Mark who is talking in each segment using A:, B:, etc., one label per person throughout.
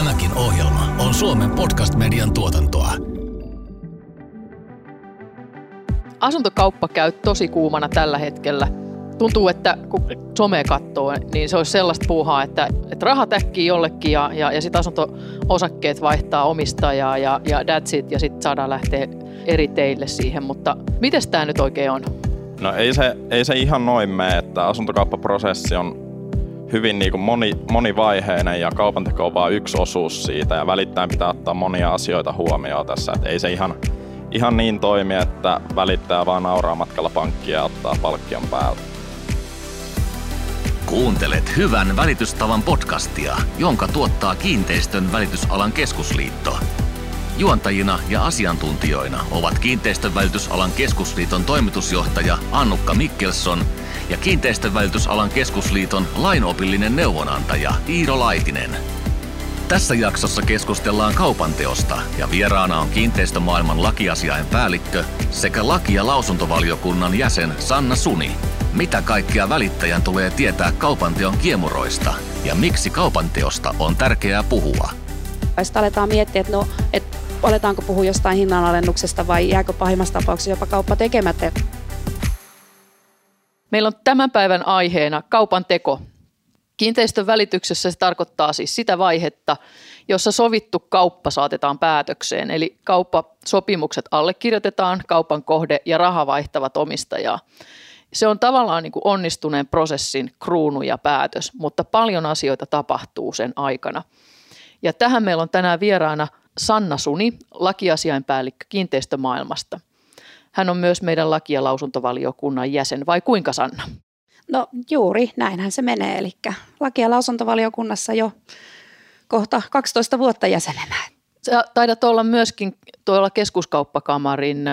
A: Tämäkin ohjelma on Suomen podcast-median tuotantoa.
B: Asuntokauppa käy tosi kuumana tällä hetkellä. Tuntuu, että kun somea katsoo, niin se olisi sellaista puuhaa, että rahat äkkii jollekin ja sitten asunto-osakkeet vaihtaa omistajaa ja that's it, ja sitten saadaan lähteä eri teille siihen. Mutta miten tämä nyt oikein on?
C: No ei se ihan noin mene, että asuntokauppaprosessi on hyvin niin kuin monivaiheinen ja kaupanteko on vain yksi osuus siitä ja välittäjän pitää ottaa monia asioita huomioon tässä. Että ei se ihan niin toimi, että välittäjä vaan nauraa matkalla pankkia ja ottaa palkkion päälle.
A: Kuuntelet Hyvän välitystavan podcastia, jonka tuottaa Kiinteistön välitysalan keskusliitto. Juontajina ja asiantuntijoina ovat Kiinteistön välitysalan keskusliiton toimitusjohtaja Annukka Mikkelson ja Kiinteistön välitysalan keskusliiton lainopillinen neuvonantaja Iiro Laitinen. Tässä jaksossa keskustellaan kaupanteosta ja vieraana on kiinteistömaailman lakiasiainpäällikkö sekä laki- ja lausuntovaliokunnan jäsen Sanna Suni. Mitä kaikkea välittäjän tulee tietää kaupanteon kiemuroista ja miksi kaupanteosta on tärkeää puhua?
D: Sitten aletaan miettiä, että aletaanko puhua jostain hinnanalennuksesta vai jääkö pahimmassa tapauksessa jopa kauppa tekemättä.
B: Meillä on tämän päivän aiheena kaupan teko. Kiinteistön välityksessä se tarkoittaa siis sitä vaihetta, jossa sovittu kauppa saatetaan päätökseen. Eli kauppasopimukset allekirjoitetaan, kaupan kohde ja raha vaihtavat omistajaa. Se on tavallaan niin kuin onnistuneen prosessin kruunu ja päätös, mutta paljon asioita tapahtuu sen aikana. Ja tähän meillä on tänään vieraana Sanna Suni, lakiasiainpäällikkö kiinteistömaailmasta. Hän on myös meidän laki- ja lausuntovaliokunnan jäsen, vai kuinka, Sanna?
D: No juuri, näinhän se menee. Eli laki- ja lausuntovaliokunnassa jo kohta 12 vuotta jäsenenä.
B: Sä taidat olla myöskin tuolla keskuskauppakamarin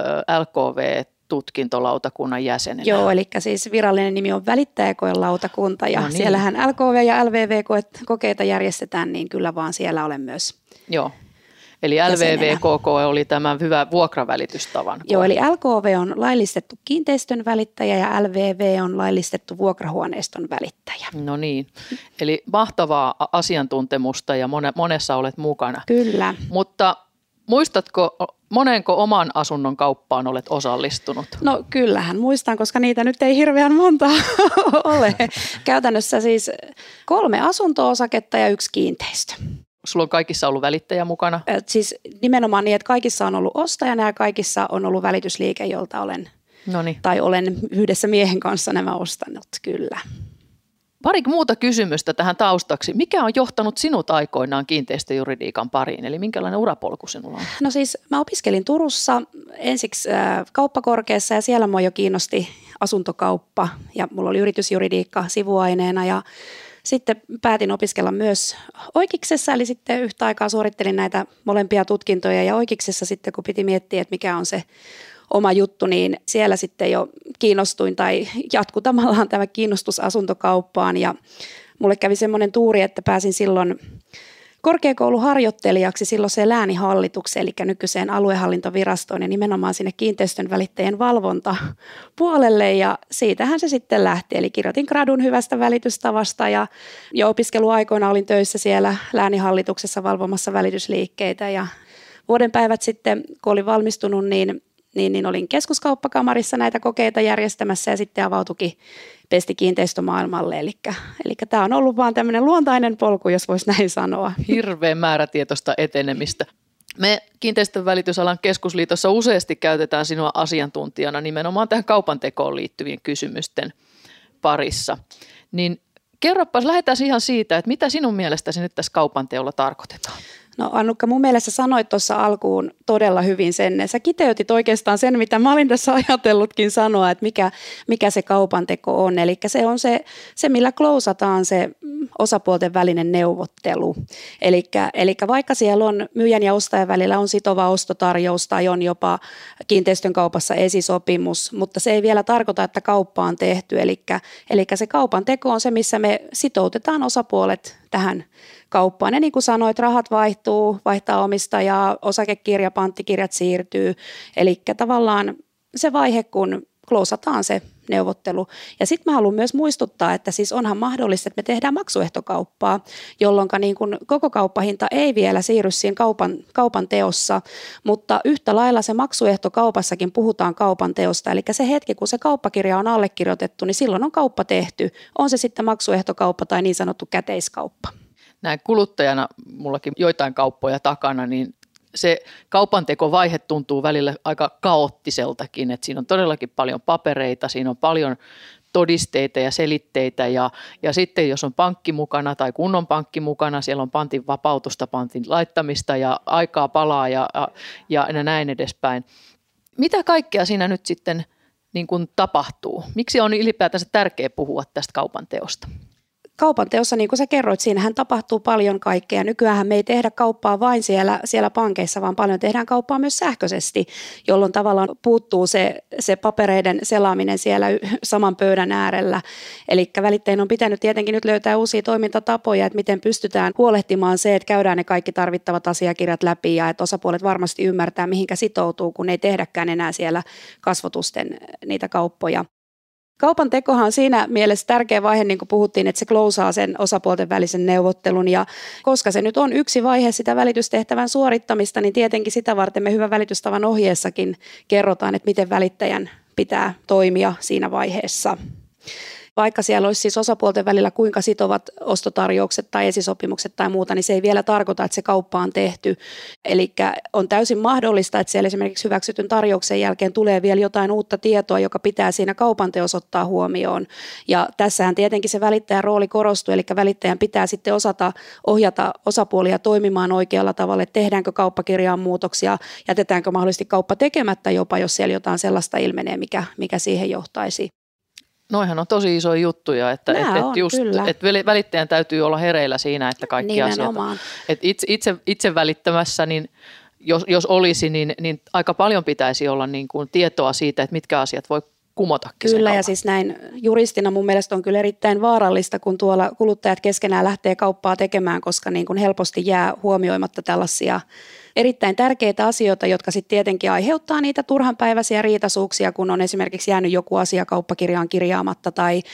B: LKV-tutkintolautakunnan jäsenenä.
D: Joo, eli siis virallinen nimi on välittäjäkoelautakunta ja siellähän LKV- ja LVV-kokeita järjestetään, niin kyllä vaan siellä olen myös.
B: Joo. Eli LVVKK oli tämä hyvä vuokravälitystavan.
D: Joo, eli LKV on laillistettu kiinteistön välittäjä ja LVV on laillistettu vuokrahuoneiston välittäjä.
B: No niin, eli mahtavaa asiantuntemusta ja monessa olet mukana.
D: Kyllä.
B: Mutta muistatko, monenko oman asunnon kauppaan olet osallistunut?
D: No kyllähän muistan, koska niitä nyt ei hirveän monta ole. Käytännössä siis 3 asunto-osaketta ja 1 kiinteistö.
B: Sulla on kaikissa ollut välittäjä mukana?
D: Siis nimenomaan niin, että kaikissa on ollut ostajana ja kaikissa on ollut välitysliike, jolta olen yhdessä miehen kanssa nämä ostanut, kyllä.
B: Pari muuta kysymystä tähän taustaksi. Mikä on johtanut sinut aikoinaan kiinteistöjuridiikan pariin? Eli minkälainen urapolku sinulla on? No siis mä opiskelin Turussa ensiksi kauppakorkeassa ja siellä mua jo kiinnosti asuntokauppa ja mulla oli yritysjuridiikka sivuaineena ja sitten päätin opiskella myös oikeuksessa, eli sitten yhtä aikaa suorittelin näitä molempia tutkintoja ja oikeuksessa sitten kun piti miettiä, että mikä on se oma juttu, niin siellä sitten jo kiinnostuin tai jatkui tavallaan tämä kiinnostus asuntokauppaan ja mulle kävi semmoinen tuuri, että pääsin silloin korkeakouluharjoittelijaksi silloiseen lääninhallitukseen, eli nykyiseen aluehallintovirastoon ja nimenomaan sinne kiinteistön välittäjien valvontapuolelle ja siitähän se sitten lähti. Eli kirjoitin gradun hyvästä välitystavasta ja jo opiskeluaikoina olin töissä siellä lääninhallituksessa valvomassa välitysliikkeitä ja vuoden päivät sitten, kun olin valmistunut, niin olin keskuskauppakamarissa näitä kokeita järjestämässä ja sitten avautuikin pesti kiinteistömaailmalle. Eli tämä on ollut vaan tämmöinen luontainen polku, jos voisi näin sanoa. Hirveän määrätietoista etenemistä. Me Kiinteistön välitysalan keskusliitossa useasti käytetään sinua asiantuntijana nimenomaan tähän kaupantekoon liittyvien kysymysten parissa. Niin kerropas, lähdetään ihan siitä, että mitä sinun mielestäsi nyt tässä kaupanteolla tarkoitetaan?
D: No Annukka, mun mielestä sanoit tuossa alkuun todella hyvin sen. Sä kiteytit oikeastaan sen, mitä mä olin tässä ajatellutkin sanoa, että mikä se kaupanteko on. Eli se on se millä klousataan se osapuolten välinen neuvottelu. Eli vaikka siellä on myyjän ja ostajan välillä on sitova ostotarjous tai on jopa kiinteistön kaupassa esisopimus, mutta se ei vielä tarkoita, että kauppa on tehty. Eli se kaupanteko on se, missä me sitoutetaan osapuolet tähän kauppaan. Ja niin kuin sanoit, rahat vaihtaa omistajaa, osakekirja, panttikirjat siirtyy. Eli tavallaan se vaihe, kun klousataan se
B: neuvottelu. Ja sitten mä haluan myös muistuttaa, että siis onhan mahdollista, että me tehdään maksuehtokauppaa, jolloin niin kun koko kauppahinta ei vielä siirry siinä kaupan teossa, mutta yhtä lailla se maksuehtokaupassakin puhutaan kaupan teosta. Eli se hetki, kun se kauppakirja on allekirjoitettu, niin silloin on kauppa tehty. On se sitten maksuehtokauppa tai niin sanottu käteiskauppa.
E: Näin kuluttajana, mullakin joitain kauppoja takana, niin se kaupantekovaihe tuntuu välillä aika kaoottiseltakin, että siinä on todellakin paljon papereita, siinä on paljon todisteita ja selitteitä ja sitten jos on pankki mukana tai kun on pankki mukana, siellä on pantin vapautusta, pantin laittamista ja aikaa palaa ja näin edespäin. Mitä kaikkea siinä nyt sitten niin kuin tapahtuu? Miksi on ylipäätänsä tärkeää puhua tästä kaupanteosta?
B: Kaupan teossa, niin kuin sä kerroit, siinähän tapahtuu paljon kaikkea. Nykyään me ei tehdä kauppaa vain siellä pankeissa, vaan paljon tehdään kauppaa myös sähköisesti, jolloin tavallaan puuttuu se papereiden selaaminen siellä saman pöydän äärellä. Eli välittäjien on pitänyt tietenkin nyt löytää uusia toimintatapoja, että miten pystytään huolehtimaan se, että käydään ne kaikki tarvittavat asiakirjat läpi ja että osapuolet varmasti ymmärtää, mihinkä sitoutuu, kun ei tehdäkään enää siellä kasvotusten niitä kauppoja. Kaupan tekohan on siinä mielessä tärkeä vaihe, niin kuin puhuttiin, että se closaa sen osapuolten välisen neuvottelun. Ja koska se nyt on yksi vaihe sitä välitystehtävän suorittamista, niin tietenkin sitä varten me hyvän välitystavan ohjeessakin kerrotaan, että miten välittäjän pitää toimia siinä vaiheessa. Vaikka siellä olisi siis osapuolten välillä kuinka sitovat ostotarjoukset tai esisopimukset tai muuta, niin se ei vielä tarkoita, että se kauppa on tehty. Eli on täysin mahdollista, että siellä esimerkiksi hyväksytyn tarjouksen jälkeen tulee vielä jotain uutta tietoa, joka pitää siinä kaupanteossa ottaa huomioon. Ja tässähän tietenkin se välittäjän rooli korostuu, eli välittäjän pitää sitten osata ohjata osapuolia toimimaan oikealla tavalla, että tehdäänkö kauppakirjaan muutoksia, jätetäänkö mahdollisesti kauppa tekemättä jopa, jos siellä jotain sellaista ilmenee, mikä siihen johtaisi.
E: Noihan on tosi isoja juttuja, että välittäjän täytyy olla hereillä siinä, että kaikki
B: nimenomaan
E: asiat. Että itse välittämässä, niin jos olisi, niin aika paljon pitäisi olla niin kuin tietoa siitä, että mitkä asiat voi kumotakin.
B: Kyllä, ja siis näin juristina mun mielestä on kyllä erittäin vaarallista, kun tuolla kuluttajat keskenään lähtee kauppaa tekemään, koska niin kuin helposti jää huomioimatta tällaisia erittäin tärkeitä asioita, jotka sitten tietenkin aiheuttaa niitä turhanpäiväisiä riitaisuuksia, kun on esimerkiksi jäänyt joku asia kauppakirjaan kirjaamatta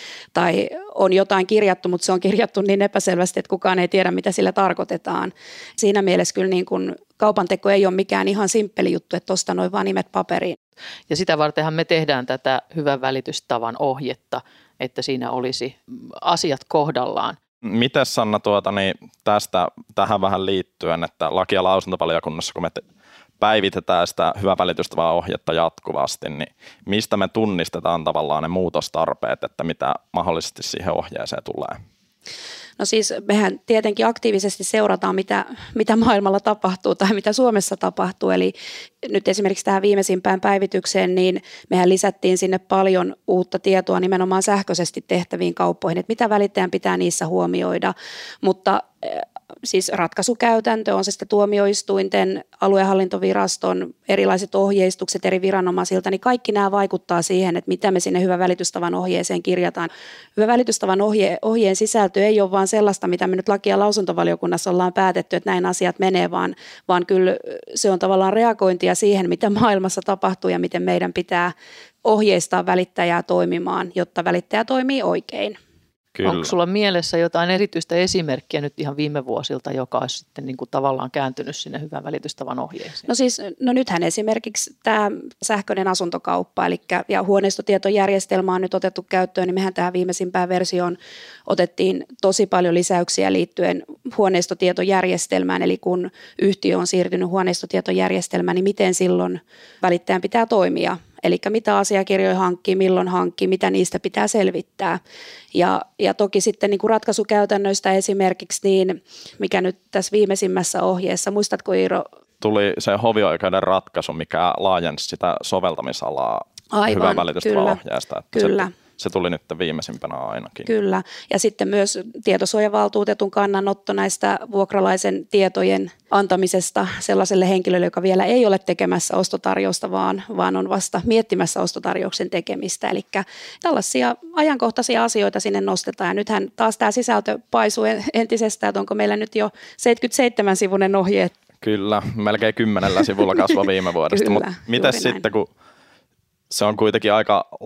B: tai on jotain kirjattu, mutta se on kirjattu niin epäselvästi, että kukaan ei tiedä, mitä sillä tarkoitetaan. Siinä mielessä kyllä niin kuin kaupanteko ei ole mikään ihan simppeli juttu, että tuosta noin vaan nimet paperiin.
E: Ja sitä vartenhan me tehdään tätä hyvän välitystavan ohjetta, että siinä olisi asiat kohdallaan.
C: Mites Sanna tästä tähän vähän liittyen, että laki- ja lausuntovaliokunnassa, kun me päivitetään sitä hyvän välitystavan ohjetta jatkuvasti, niin mistä me tunnistetaan tavallaan ne muutostarpeet, että mitä mahdollisesti siihen ohjeeseen tulee?
B: No siis mehän tietenkin aktiivisesti seurataan, mitä maailmalla tapahtuu tai mitä Suomessa tapahtuu. Eli nyt esimerkiksi tähän viimeisimpään päivitykseen, niin mehän lisättiin sinne paljon uutta tietoa nimenomaan sähköisesti tehtäviin kauppoihin, että mitä välittäjän pitää niissä huomioida, mutta siis ratkaisukäytäntö on se sitten tuomioistuinten, aluehallintoviraston, erilaiset ohjeistukset eri viranomaisilta, niin kaikki nämä vaikuttaa siihen, että mitä me sinne hyvän välitystavan ohjeeseen kirjataan. Hyvän välitystavan ohjeen sisältö ei ole vaan sellaista, mitä me nyt laki- ja lausuntovaliokunnassa ollaan päätetty, että näin asiat menee, vaan kyllä se on tavallaan reagointia siihen, mitä maailmassa tapahtuu ja miten meidän pitää ohjeistaa välittäjää toimimaan, jotta välittäjä toimii oikein.
C: Kyllä.
E: Onko sulla mielessä jotain erityistä esimerkkiä nyt ihan viime vuosilta, joka olisi sitten niin kuin tavallaan kääntynyt sinne hyvän välitystavan ohjeeseen?
B: No nythän esimerkiksi tämä sähköinen asuntokauppa, ja huoneistotietojärjestelmä on nyt otettu käyttöön, niin mehän tähän viimeisimpään versioon otettiin tosi paljon lisäyksiä liittyen huoneistotietojärjestelmään, eli kun yhtiö on siirtynyt huoneistotietojärjestelmään, niin miten silloin välittäjän pitää toimia? Eli mitä asiakirjoja hankkii, milloin hankkii, mitä niistä pitää selvittää. Ja toki sitten niin kuin ratkaisukäytännöistä esimerkiksi, niin mikä nyt tässä viimeisimmässä ohjeessa, muistatko Iiro?
C: Tuli se hovioikeuden ratkaisu, mikä laajensi sitä soveltamisalaa hyvän välitystavan ohjeesta.
B: Kyllä.
C: Se tuli nyt viimeisimpänä ainakin.
B: Kyllä, ja sitten myös tietosuojavaltuutetun kannanotto näistä vuokralaisen tietojen antamisesta sellaiselle henkilölle, joka vielä ei ole tekemässä ostotarjousta, vaan on vasta miettimässä ostotarjouksen tekemistä. Eli tällaisia ajankohtaisia asioita sinne nostetaan, ja nythän taas tämä sisältö paisuu entisestään, että onko meillä nyt jo 77-sivuinen ohje.
C: Kyllä, melkein 10 sivulla kasvoi viime vuodesta, mutta miten sitten, kun se on kuitenkin aika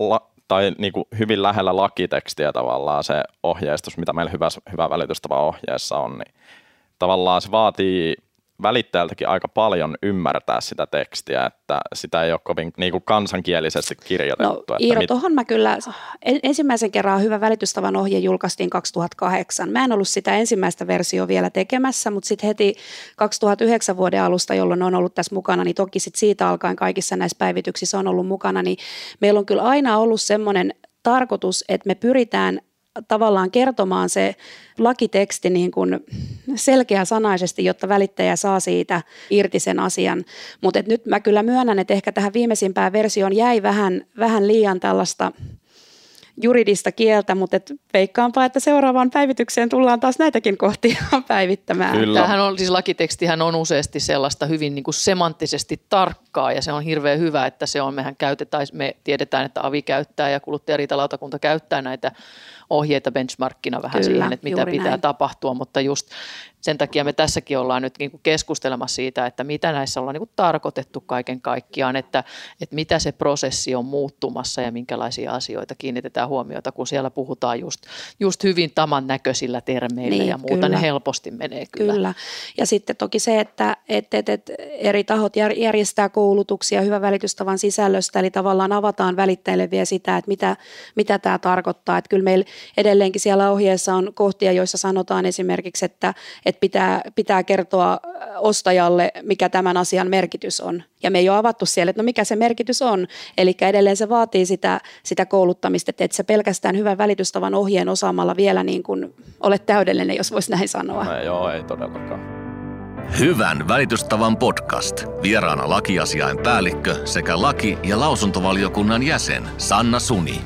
C: tai niin kuin hyvin lähellä lakitekstiä tavallaan se ohjeistus, mitä meillä hyvä välitystavan ohjeessa on, niin tavallaan se vaatii välittäjältäkin aika paljon ymmärtää sitä tekstiä, että sitä ei ole kovin niin kuin kansankielisesti kirjoitettu.
B: No Iiro, tuohon mä kyllä, ensimmäisen kerran hyvä välitystavan ohje julkaistiin 2008. Mä en ollut sitä ensimmäistä versiota vielä tekemässä, mutta sitten heti 2009 vuoden alusta, jolloin on ollut tässä mukana, niin toki sitten siitä alkaen kaikissa näissä päivityksissä on ollut mukana, niin meillä on kyllä aina ollut semmoinen tarkoitus, että me pyritään tavallaan kertomaan se lakiteksti niin kuin selkeäsanaisesti, jotta välittäjä saa siitä irti sen asian. Mutta nyt mä kyllä myönnän, että ehkä tähän viimeisimpään versioon jäi vähän liian tällaista juridista kieltä, mutta veikkaanpa, että seuraavaan päivitykseen tullaan taas näitäkin kohtia päivittämään.
C: Kyllä.
E: Tämähän on, siis lakitekstihän on useasti sellaista hyvin niin kuin semanttisesti tarkkaa ja se on hirveän hyvä, että se on, me tiedetään, että AVI käyttää ja kuluttajariitalautakunta käyttää näitä ohjeita benchmarkkina vähän
B: Kyllä,
E: siihen, että mitä pitää
B: näin.
E: tapahtua, mutta just sen takia me tässäkin ollaan nyt niin kuin keskustelemassa siitä, että mitä näissä ollaan niin kuin tarkoitettu kaiken kaikkiaan, että mitä se prosessi on muuttumassa ja minkälaisia asioita kiinnitetään huomiota, kun siellä puhutaan just hyvin taman näköisillä termeillä
B: Niin,
E: ja muuta,
B: kyllä.
E: ne helposti menee kyllä.
B: Kyllä. Ja sitten toki se, että eri tahot järjestää koulutuksia hyvän välitystavan sisällöstä, eli tavallaan avataan välittäjille vielä sitä, että mitä tämä tarkoittaa. Että kyllä meillä edelleenkin siellä ohjeessa on kohtia, joissa sanotaan esimerkiksi, että pitää kertoa ostajalle, mikä tämän asian merkitys on. Ja me ei ole avattu siellä, että no mikä se merkitys on. Eli edelleen se vaatii sitä kouluttamista, että et sä pelkästään hyvän välitystavan ohjeen osaamalla vielä niin kuin olet täydellinen, jos voisi näin sanoa.
C: No, joo, ei todellakaan.
A: Hyvän välitystavan podcast. Vieraana lakiasiain päällikkö sekä laki- ja lausuntovaliokunnan jäsen Sanna Suni.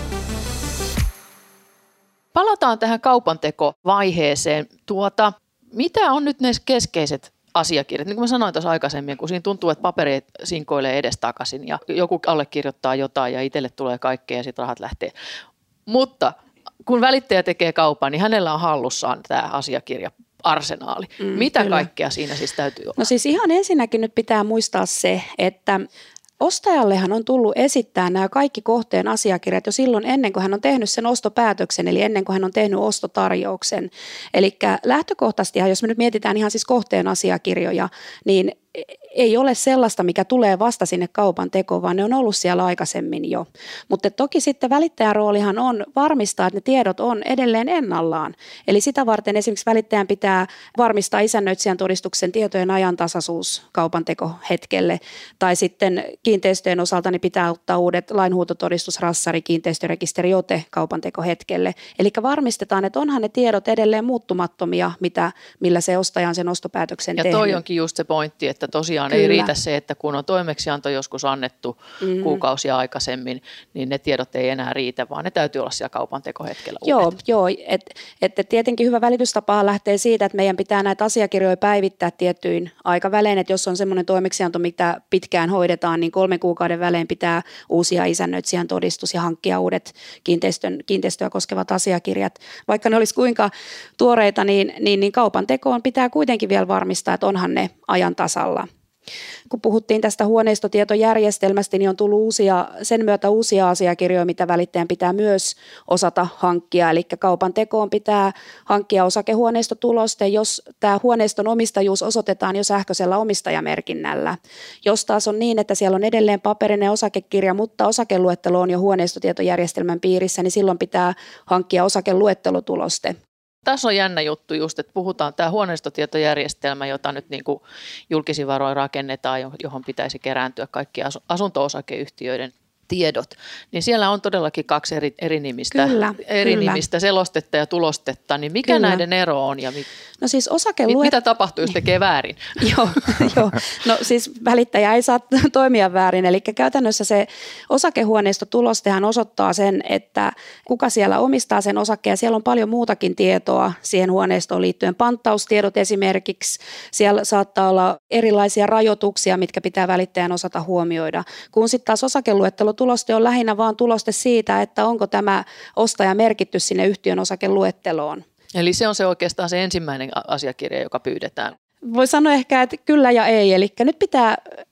E: Palataan tähän kaupantekovaiheeseen. Mitä on nyt ne keskeiset asiakirjat? Niin kuin mä sanoin tuossa aikaisemmin, kun siinä tuntuu, että paperit sinkoilee edestakaisin ja joku allekirjoittaa jotain ja itselle tulee kaikkea ja sitten rahat lähtee. Mutta kun välittäjä tekee kaupan, niin hänellä on hallussaan tämä asiakirja-arsenaali. Mitä
B: kyllä.
E: kaikkea siinä siis täytyy olla?
B: No siis ihan ensinnäkin nyt pitää muistaa se, että ostajallehan on tullut esittää nämä kaikki kohteen asiakirjat jo silloin ennen kuin hän on tehnyt sen ostopäätöksen, eli ennen kuin hän on tehnyt ostotarjouksen. Eli lähtökohtaisesti, jos me nyt mietitään ihan siis kohteen asiakirjoja, niin ei ole sellaista, mikä tulee vasta sinne kaupan tekoon, vaan ne on ollut siellä aikaisemmin jo. Mutta toki sitten välittäjän roolihan on varmistaa, että ne tiedot on edelleen ennallaan. Eli sitä varten esimerkiksi välittäjän pitää varmistaa isännöitsijän todistuksen tietojen ajantasaisuus kaupan tekohetkelle. Tai sitten kiinteistöjen osalta niin pitää ottaa uudet lainhuutotodistus, rassari, kiinteistörekisteriote kaupan tekohetkelle. Eli varmistetaan, että onhan ne tiedot edelleen muuttumattomia, millä se ostaja on sen ostopäätöksen tehnyt.
E: Ja toi onkin just se pointti, että tosiaan
B: Kyllä.
E: ei riitä se, että kun on toimeksianto joskus annettu kuukausia aikaisemmin, niin ne tiedot ei enää riitä, vaan ne täytyy olla siellä kaupan tekohetkellä uudet.
B: Joo, että tietenkin hyvä välitystapa lähtee siitä, että meidän pitää näitä asiakirjoja päivittää tiettyin aikavälein, että jos on semmoinen toimeksianto, mitä pitkään hoidetaan, niin 3 kuukauden välein pitää uusia isännöitsijän todistus ja hankkia uudet kiinteistöä koskevat asiakirjat. Vaikka ne olisi kuinka tuoreita, niin kaupan tekoon pitää kuitenkin vielä varmistaa, että onhan ne ajan tasalla. Kun puhuttiin tästä huoneistotietojärjestelmästä, niin on tullut sen myötä uusia asiakirjoja, mitä välittäjän pitää myös osata hankkia. Eli kaupan tekoon pitää hankkia osakehuoneistotuloste, jos tämä huoneiston omistajuus osoitetaan jo sähköisellä omistajamerkinnällä. Jos taas on niin, että siellä on edelleen paperinen osakekirja, mutta osakeluettelo on jo huoneistotietojärjestelmän piirissä, niin silloin pitää hankkia osakeluettelotuloste.
E: Tässä on jännä juttu just, että puhutaan tämä huoneistotietojärjestelmä, jota nyt niin kuin julkisin varoin rakennetaan, johon pitäisi kerääntyä kaikki asunto-osakeyhtiöiden tiedot, niin siellä on todellakin 2 eri nimistä, nimistä selostetta ja tulostetta, niin mikä
B: Kyllä.
E: näiden ero on ja
B: No siis
E: mitä tapahtuu, jos tekee väärin?
B: Joo. No siis välittäjä ei saa toimia väärin, eli käytännössä se osakehuoneistotulostehan osoittaa sen, että kuka siellä omistaa sen osakkeen. Siellä on paljon muutakin tietoa siihen huoneistoon liittyen, panttaustiedot esimerkiksi. Siellä saattaa olla erilaisia rajoituksia, mitkä pitää välittäjän osata huomioida. Kun sitten taas osakeluettelotuloste on lähinnä vaan tuloste siitä, että onko tämä ostaja merkitty sinne yhtiön osakeluetteloon.
E: Eli se on se oikeastaan se ensimmäinen asiakirja, joka pyydetään.
B: Voi sanoa ehkä, että kyllä ja ei. Eli nyt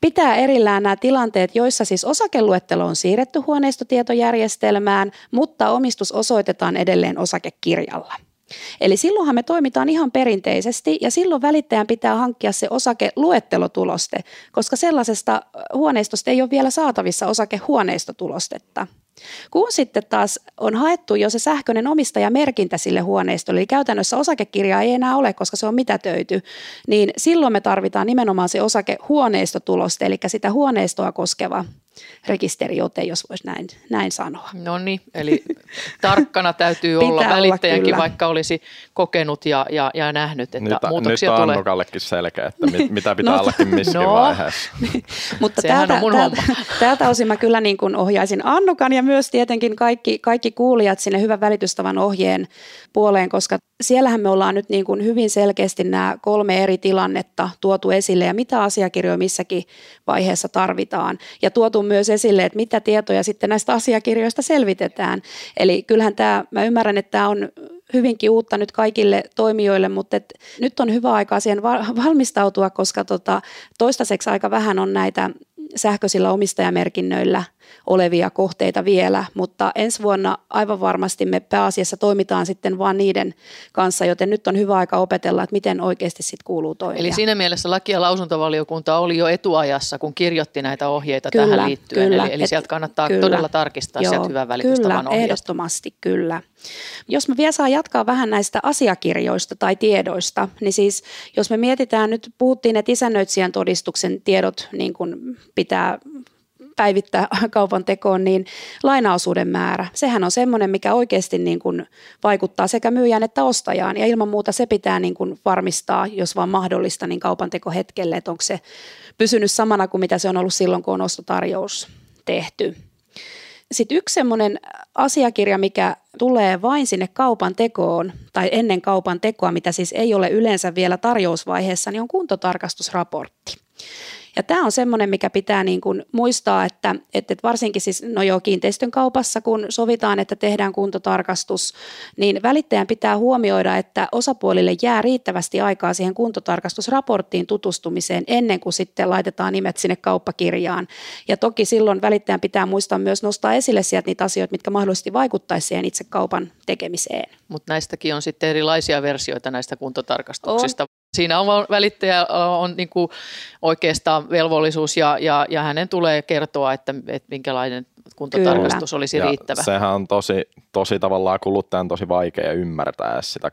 B: pitää erillään nämä tilanteet, joissa siis osakeluettelo on siirretty huoneistotietojärjestelmään, mutta omistus osoitetaan edelleen osakekirjalla. Eli silloinhan me toimitaan ihan perinteisesti ja silloin välittäjän pitää hankkia se osakeluettelotuloste, koska sellaisesta huoneistosta ei ole vielä saatavissa osakehuoneistotulostetta. Kun sitten taas on haettu jo se sähköinen omistajamerkintä sille huoneistolle, eli käytännössä osakekirjaa ei enää ole, koska se on mitätöity, niin silloin me tarvitaan nimenomaan se osakehuoneistotuloste, eli sitä huoneistoa koskeva rekisteriote, jos voisi näin sanoa.
E: No niin, eli tarkkana täytyy olla välittäjänkin, vaikka olisi kokenut ja nähnyt, että muutoksia
C: nyt on
E: tulee.
C: Annukallekin selkeä, että mitä pitää ollakin missäkin vaiheessa.
B: Mutta
E: sehän on mun homma.
B: Tältä osin mä kyllä niin kuin ohjaisin Annukan ja myös tietenkin kaikki kuulijat sinne hyvän välitystavan ohjeen puoleen, koska siellähän me ollaan nyt niin kuin hyvin selkeästi nämä 3 eri tilannetta tuotu esille ja mitä asiakirjoja missäkin vaiheessa tarvitaan ja tuotu myös esille, että mitä tietoja sitten näistä asiakirjoista selvitetään. Eli kyllähän mä ymmärrän, että tämä on hyvinkin uutta nyt kaikille toimijoille, mutta nyt on hyvä aika siihen valmistautua, koska toistaiseksi aika vähän on näitä sähköisillä omistajamerkinnöillä olevia kohteita vielä, mutta ensi vuonna aivan varmasti me pääasiassa toimitaan sitten vaan niiden kanssa, joten nyt on hyvä aika opetella, että miten oikeasti sitten kuuluu toimia.
E: Eli siinä mielessä laki- ja lausuntovaliokunta oli jo etuajassa, kun kirjoitti näitä ohjeita tähän liittyen.
B: Kyllä,
E: eli sieltä kannattaa todella tarkistaa sieltä hyvän välitystavan ohjeesta.
B: Kyllä, ehdottomasti kyllä. Jos mä vielä saan jatkaa vähän näistä asiakirjoista tai tiedoista, niin siis jos me mietitään nyt, puhuttiin, että isännöitsijän todistuksen tiedot niin kuin pitää päivittää kaupan tekoon, niin lainaosuuden määrä, sehän on semmoinen, mikä oikeasti niin kuin vaikuttaa sekä myyjään että ostajaan, ja ilman muuta se pitää niin kuin varmistaa, jos vaan mahdollista, niin kaupan tekohetkelle, että onko se pysynyt samana kuin mitä se on ollut silloin, kun on ostotarjous tehty. Sitten yksi semmoinen asiakirja, mikä tulee vain sinne kaupan tekoon tai ennen kaupan tekoa, mitä siis ei ole yleensä vielä tarjousvaiheessa, niin on kuntotarkastusraportti. Ja tämä on semmoinen, mikä pitää niin kuin muistaa, että varsinkin siis kiinteistön kaupassa, kun sovitaan, että tehdään kuntotarkastus, niin välittäjän pitää huomioida, että osapuolille jää riittävästi aikaa siihen kuntotarkastusraporttiin tutustumiseen ennen kuin sitten laitetaan nimet sinne kauppakirjaan. Ja toki silloin välittäjän pitää muistaa myös nostaa esille sieltä niitä asioita, mitkä mahdollisesti vaikuttaisivat siihen itse kaupan tekemiseen.
E: Mutta näistäkin on sitten erilaisia versioita näistä kuntotarkastuksista. Siinä on välittäjä on niin kuin oikeastaan velvollisuus ja hänen tulee kertoa, että minkälainen kuntotarkastus Kyllä. olisi riittävä.
C: Ja sehän on tosi tavallaan kuluttajan tosi vaikea ymmärtää sitä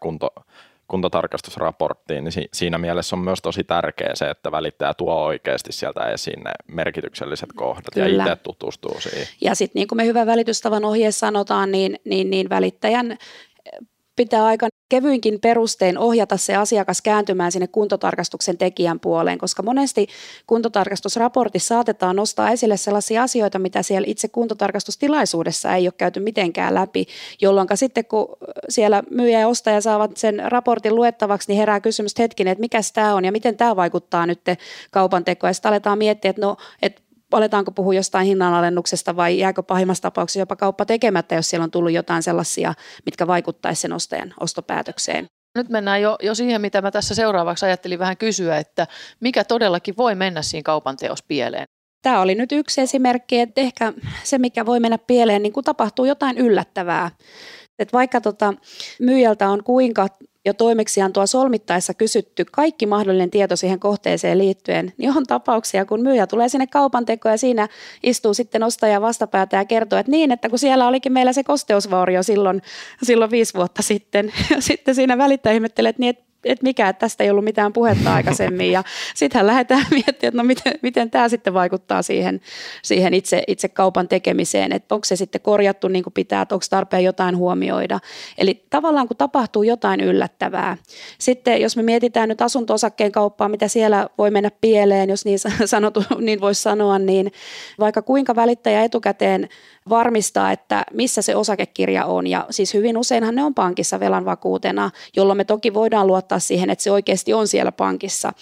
C: kuntotarkastusraporttiin, niin siinä mielessä on myös tosi tärkeää se, että välittäjä tuo oikeasti sieltä esiin ne merkitykselliset kohdat Kyllä. ja itse tutustuu siihen.
B: Ja sitten niin kuin me hyvän välitystavan ohjeessa sanotaan, niin välittäjän pitää aika kevyinkin perustein ohjata se asiakas kääntymään sinne kuntotarkastuksen tekijän puoleen, koska monesti kuntotarkastusraportissa saatetaan nostaa esille sellaisia asioita, mitä siellä itse kuntotarkastustilaisuudessa ei ole käyty mitenkään läpi, jolloin sitten kun siellä myyjä ja ostaja saavat sen raportin luettavaksi, niin herää kysymys hetkinen, että mikäs tämä on ja miten tämä vaikuttaa nyt kaupan tekoon. Ja sitten aletaan miettiä, että aletaanko puhua jostain hinnanalennuksesta vai jääkö pahimmassa tapauksessa jopa kauppa tekemättä, jos siellä on tullut jotain sellaisia, mitkä vaikuttaisi sen ostajan ostopäätökseen.
E: Nyt mennään jo siihen, mitä mä tässä seuraavaksi ajattelin vähän kysyä, että mikä todellakin voi mennä siinä kaupan teossa pieleen.
B: Tämä oli nyt yksi esimerkki, että ehkä se, mikä voi mennä pieleen, niin kun tapahtuu jotain yllättävää. Että vaikka myyjältä on kuinka jo toimeksiantoa solmittaessa kysytty kaikki mahdollinen tieto siihen kohteeseen liittyen, niin on tapauksia, kun myyjä tulee sinne kaupan tekoon ja siinä istuu sitten ostaja vastapäätä ja kertoo, että niin, että kun siellä olikin meillä se kosteusvaurio silloin 5 vuotta sitten. Ja sitten siinä välittäjä ihmettelee, että mikä, että tästä ei ollut mitään puhetta aikaisemmin ja sittenhän lähdetään miettimään, että no miten tämä sitten vaikuttaa siihen itse kaupan tekemiseen, että onko se sitten korjattu niin kuin pitää, että onko tarpeen jotain huomioida. Eli tavallaan kun tapahtuu jotain yllättävää. Sitten jos me mietitään nyt asunto-osakkeen kauppaa, mitä siellä voi mennä pieleen, jos niin voisi sanoa, niin vaikka kuinka välittäjä etukäteen varmistaa, että missä se osakekirja on ja siis hyvin useinhan ne on pankissa velan vakuutena, jolloin me toki voidaan luottaa siihen, että se oikeasti on siellä pankissa,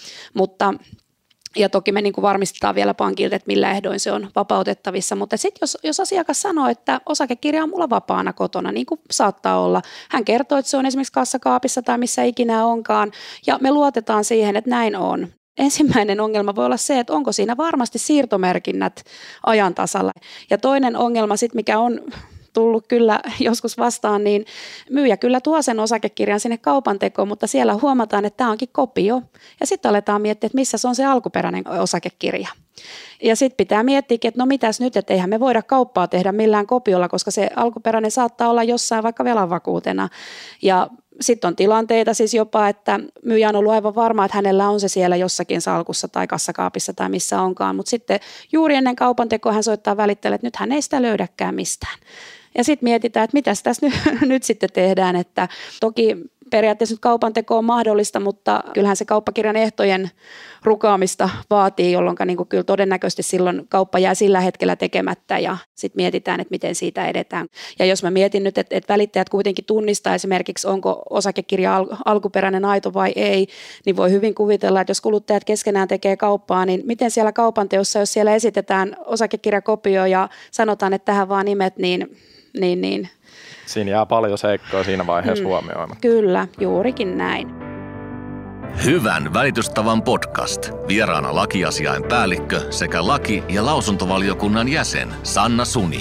B: ja toki me niin kuin varmistetaan vielä pankilta, että millä ehdoin se on vapautettavissa, mutta sitten jos asiakas sanoo, että osakekirja on mulla vapaana kotona, niin kuin saattaa olla, hän kertoo, että se on esimerkiksi kassakaapissa tai missä ikinä onkaan, ja me luotetaan siihen, että näin on, ensimmäinen ongelma voi olla se, että onko siinä varmasti siirtomerkinnät ajan tasalla. Ja toinen ongelma sitten, mikä on tullut kyllä joskus vastaan, niin myyjä kyllä tuo sen osakekirjan sinne kaupantekoon, mutta siellä huomataan, että tämä onkin kopio. Ja sitten aletaan miettiä, että missä se on se alkuperäinen osakekirja. Ja sitten pitää miettiä, että no mitäs nyt, että eihän me voida kauppaa tehdä millään kopiolla, koska se alkuperäinen saattaa olla jossain vaikka velanvakuutena. Ja sitten on tilanteita siis jopa, että myyjä on ollut aivan varma, että hänellä on se siellä jossakin salkussa tai kassakaapissa tai missä onkaan, mutta sitten juuri ennen kaupantekoa hän soittaa välittäjälle, että nyt hän ei sitä löydäkään mistään. Ja sitten mietitään, että mitä tässä nyt sitten tehdään, että toki periaatteessa nyt kaupanteko on mahdollista, mutta kyllähän se kauppakirjan ehtojen rukaamista vaatii, jolloin niin kyllä todennäköisesti silloin kauppa jää sillä hetkellä tekemättä ja sitten mietitään, että miten siitä edetään. Ja jos mä mietin nyt, että välittäjät kuitenkin tunnistaa esimerkiksi, onko osakekirja alkuperäinen aito vai ei, niin voi hyvin kuvitella, että jos kuluttajat keskenään tekee kauppaa, niin miten siellä kaupanteossa, jos siellä esitetään osakekirjakopio ja sanotaan, että tähän vaan nimet, niin
C: siinä jää paljon seikkoja siinä vaiheessa huomioimaan.
B: Kyllä, juurikin näin.
A: Hyvän välitystavan podcast. Vieraana lakiasiain päällikkö sekä laki- ja lausuntovaliokunnan jäsen Sanna Suni.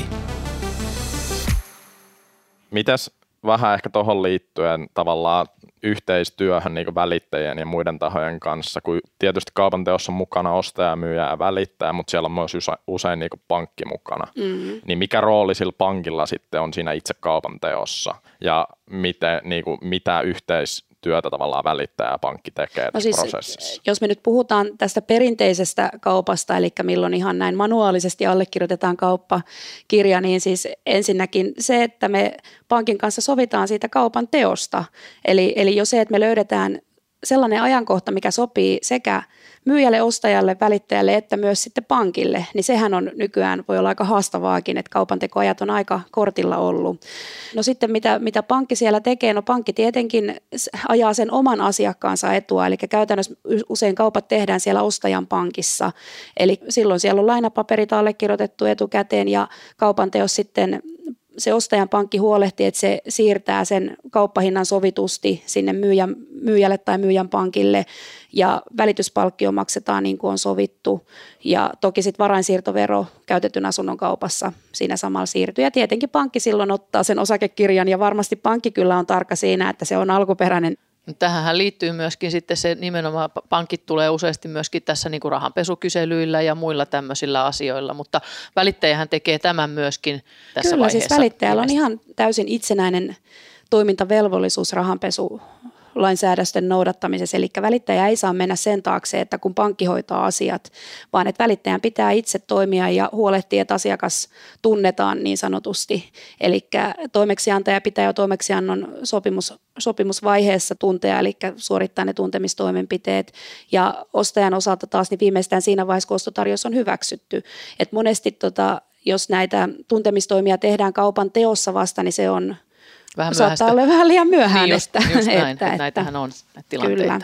C: Mitäs vähän ehkä tuohon liittyen tavallaan yhteistyöhön niin välittäjien ja muiden tahojen kanssa, kun tietysti kaupanteossa on mukana ostaja, myyjä ja välittäjä, mutta siellä on myös usein niin pankki mukana. Niin mikä rooli sillä pankilla sitten on siinä itse kaupanteossa ja mitä yhteistyötä tavallaan välittäjä ja pankki tekee tässä prosessissa?
B: Jos me nyt puhutaan tästä perinteisestä kaupasta, eli milloin ihan näin manuaalisesti allekirjoitetaan kauppakirja, niin siis ensinnäkin se, että me pankin kanssa sovitaan siitä kaupan teosta. Eli jo se, että me löydetään sellainen ajankohta, mikä sopii sekä myyjälle, ostajalle, välittäjälle että myös sitten pankille, niin sehän on nykyään, voi olla aika haastavaakin, että kaupantekoajat on aika kortilla ollut. No sitten mitä pankki siellä tekee, no pankki tietenkin ajaa sen oman asiakkaansa etua, eli käytännössä usein kaupat tehdään siellä ostajan pankissa, eli silloin siellä on lainapaperit allekirjoitettu etukäteen ja kaupanteos sitten se ostajan pankki huolehtii, että se siirtää sen kauppahinnan sovitusti sinne myyjälle tai myyjän pankille ja välityspalkkio maksetaan niin kuin on sovittu ja toki sitten varainsiirtovero käytetyn asunnon kaupassa siinä samalla siirtyy ja tietenkin pankki silloin ottaa sen osakekirjan ja varmasti pankki kyllä on tarkka siinä, että se on alkuperäinen.
E: Tähän liittyy myöskin sitten se nimenomaan, pankit tulee useasti myöskin tässä niin kuin rahanpesukyselyillä ja muilla tämmöisillä asioilla, mutta välittäjähän tekee tämän myöskin tässä
B: Kyllä,
E: vaiheessa.
B: Kyllä, siis välittäjällä on ihan täysin itsenäinen toimintavelvollisuus rahanpesulainsäädösten noudattamisessa, eli välittäjä ei saa mennä sen taakse, että kun pankki hoitaa asiat, vaan että välittäjän pitää itse toimia ja huolehtia, että asiakas tunnetaan niin sanotusti, eli toimeksiantaja pitää jo toimeksiannon sopimusvaiheessa tuntea, eli suorittaa ne tuntemistoimenpiteet ja ostajan osalta taas niin viimeistään siinä vaiheessa, kun ostotarjous on hyväksytty, että monesti jos näitä tuntemistoimia tehdään kaupan teossa vasta, niin se on saattaa olla vähän liian myöhään.
E: Niin just näin, että näitähän on näitä tilanteita. Kyllä.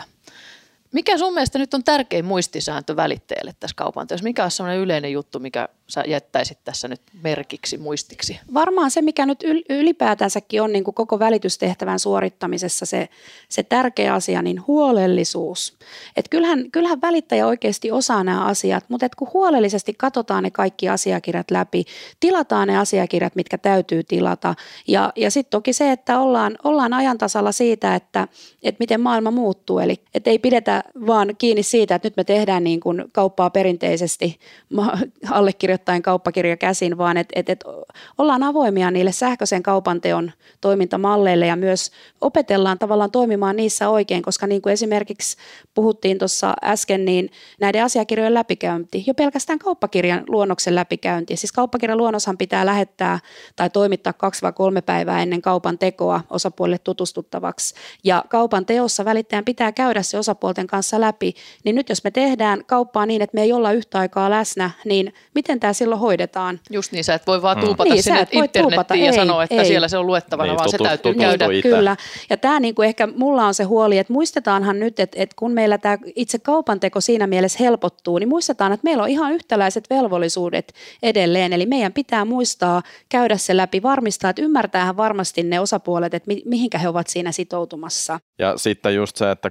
E: Mikä sun mielestä nyt on tärkein muistisääntö välittäjälle tässä kaupanteossa? Mikä on sellainen yleinen juttu, mikä sä jättäisit tässä nyt merkiksi, muistiksi?
B: Varmaan se, mikä nyt ylipäätänsäkin on niin kuin koko välitystehtävän suorittamisessa se tärkeä asia, niin huolellisuus. Et kyllähän välittäjä oikeasti osaa nämä asiat, mutta kun huolellisesti katsotaan ne kaikki asiakirjat läpi, tilataan ne asiakirjat, mitkä täytyy tilata. Ja sitten toki se, että ollaan ajan tasalla siitä, että miten maailma muuttuu. Eli että ei pidetä vaan kiinni siitä, että nyt me tehdään niin kuin kauppaa perinteisesti allekirjoittaen kauppakirja käsin, vaan että ollaan avoimia niille sähköisen kaupanteon toimintamalleille ja myös opetellaan tavallaan toimimaan niissä oikein, koska niin kuin esimerkiksi puhuttiin tuossa äsken, niin näiden asiakirjojen läpikäynti, jo pelkästään kauppakirjan luonnoksen läpikäynti, siis kauppakirjan luonnoshan pitää lähettää tai toimittaa 2-3 päivää ennen kaupan tekoa osapuolille tutustuttavaksi ja kaupan teossa välittäjän pitää käydä se osapuolten kanssa läpi, niin nyt jos me tehdään kauppaa niin, että me ei olla yhtä aikaa läsnä, niin miten tämä silloin hoidetaan?
E: Just niin, sä et voi vaan tuupata sinne internettiin ja sanoa, että siellä se on luettavana, niin, vaan se täytyy käydä.
B: Kyllä, ja tämä niin kuin ehkä mulla on se huoli, että muistetaanhan nyt, että kun meillä tämä itse kaupanteko siinä mielessä helpottuu, niin muistetaan, että meillä on ihan yhtäläiset velvollisuudet edelleen, eli meidän pitää muistaa käydä se läpi, varmistaa, että ymmärtäähän varmasti ne osapuolet, että mihinkä he ovat siinä sitoutumassa.
C: Ja sitten just se, että kun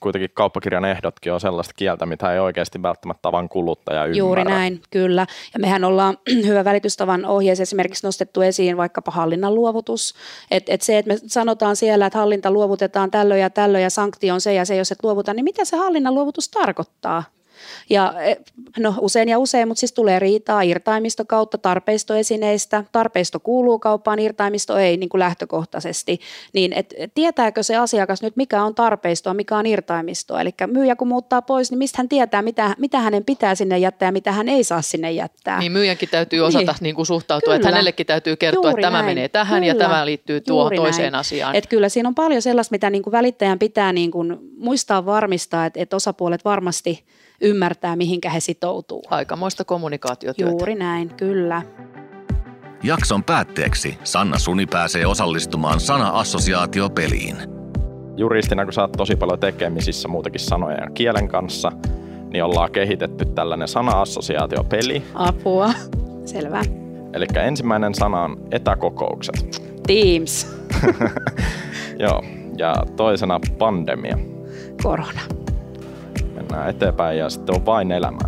C: kuitenkin kauppakirjan ehdotkin on sellaista kieltä, mitä ei oikeasti välttämättä tavan kuluttaja ymmärrä.
B: Juuri näin, kyllä. Ja mehän ollaan hyvä välitystavan ohjeessa esimerkiksi nostettu esiin vaikkapa hallinnan luovutus. Että se, että me sanotaan siellä, että hallinta luovutetaan tällöin ja sanktio on se ja se, jos et luovuta, niin mitä se hallinnan luovutus tarkoittaa? Ja no usein, mutta siis tulee riitaa irtaimisto kautta tarpeistoesineistä. Tarpeisto kuuluu kauppaan, irtaimisto ei niin kuin lähtökohtaisesti. Niin tietääkö se asiakas nyt, mikä on tarpeistoa, mikä on irtaimistoa? Eli myyjä kun muuttaa pois, niin mistä hän tietää, mitä hänen pitää sinne jättää ja mitä hän ei saa sinne jättää. Niin
E: myyjänkin täytyy osata niin kuin suhtautua, kyllä. Että hänellekin täytyy kertoa, juuri että tämä näin. Menee tähän kyllä. Ja tämä liittyy tuohon toiseen asiaan.
B: Että kyllä siinä on paljon sellaista, mitä niin kuin välittäjän pitää niin kuin muistaa varmistaa, että osapuolet varmasti ymmärtää, mihinkä he sitoutuu.
E: Aikamoista kommunikaatiotyötä.
B: Juuri näin, kyllä.
A: Jakson päätteeksi Sanna Suni pääsee osallistumaan sana-assosiaatiopeliin.
C: Juristina, kun sä oot tosi paljon tekemisissä muutenkin sanojen ja kielen kanssa, niin ollaan kehitetty tällainen sana-assosiaatiopeli.
B: Apua, selvä.
C: Eli ensimmäinen sana on etäkokoukset.
B: Teams.
C: Joo, ja toisena pandemia.
B: Korona.
C: Mennään eteenpäin ja sitten on vain elämää.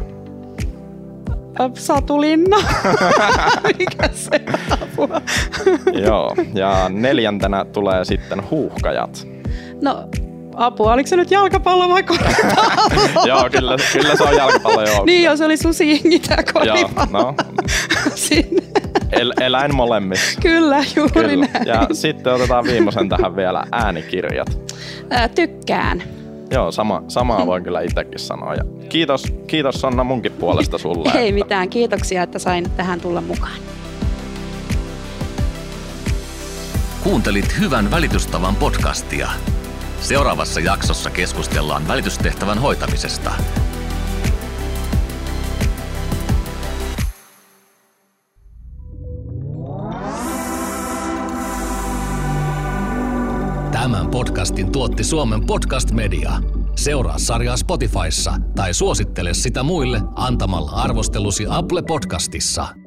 B: Satulinna. Mikä se apua?
C: Joo, ja neljäntenä tulee sitten huuhkajat.
B: No apua, oliko se nyt jalkapallo vai koripallo?
C: Joo, kyllä se on jalkapallo, joo.
B: Niin joo, se oli susijengi tää koripallo.
C: Joo, no.
B: Sinne.
C: Eläin molemmissa.
B: Kyllä, juuri näin.
C: Ja sitten otetaan viimeisen tähän vielä äänikirjat.
B: Tykkään.
C: Joo, samaa voin kyllä itsekin sanoa. Ja kiitos Sanna munkin puolesta sulle.
B: Ei mitään, kiitoksia, että sain tähän tulla mukaan.
A: Kuuntelit Hyvän välitystavan podcastia. Seuraavassa jaksossa keskustellaan välitystehtävän hoitamisesta. Tämän podcastin tuotti Suomen Podcast Media. Seuraa sarjaa Spotifyssa tai suosittele sitä muille antamalla arvostelusi Apple Podcastissa.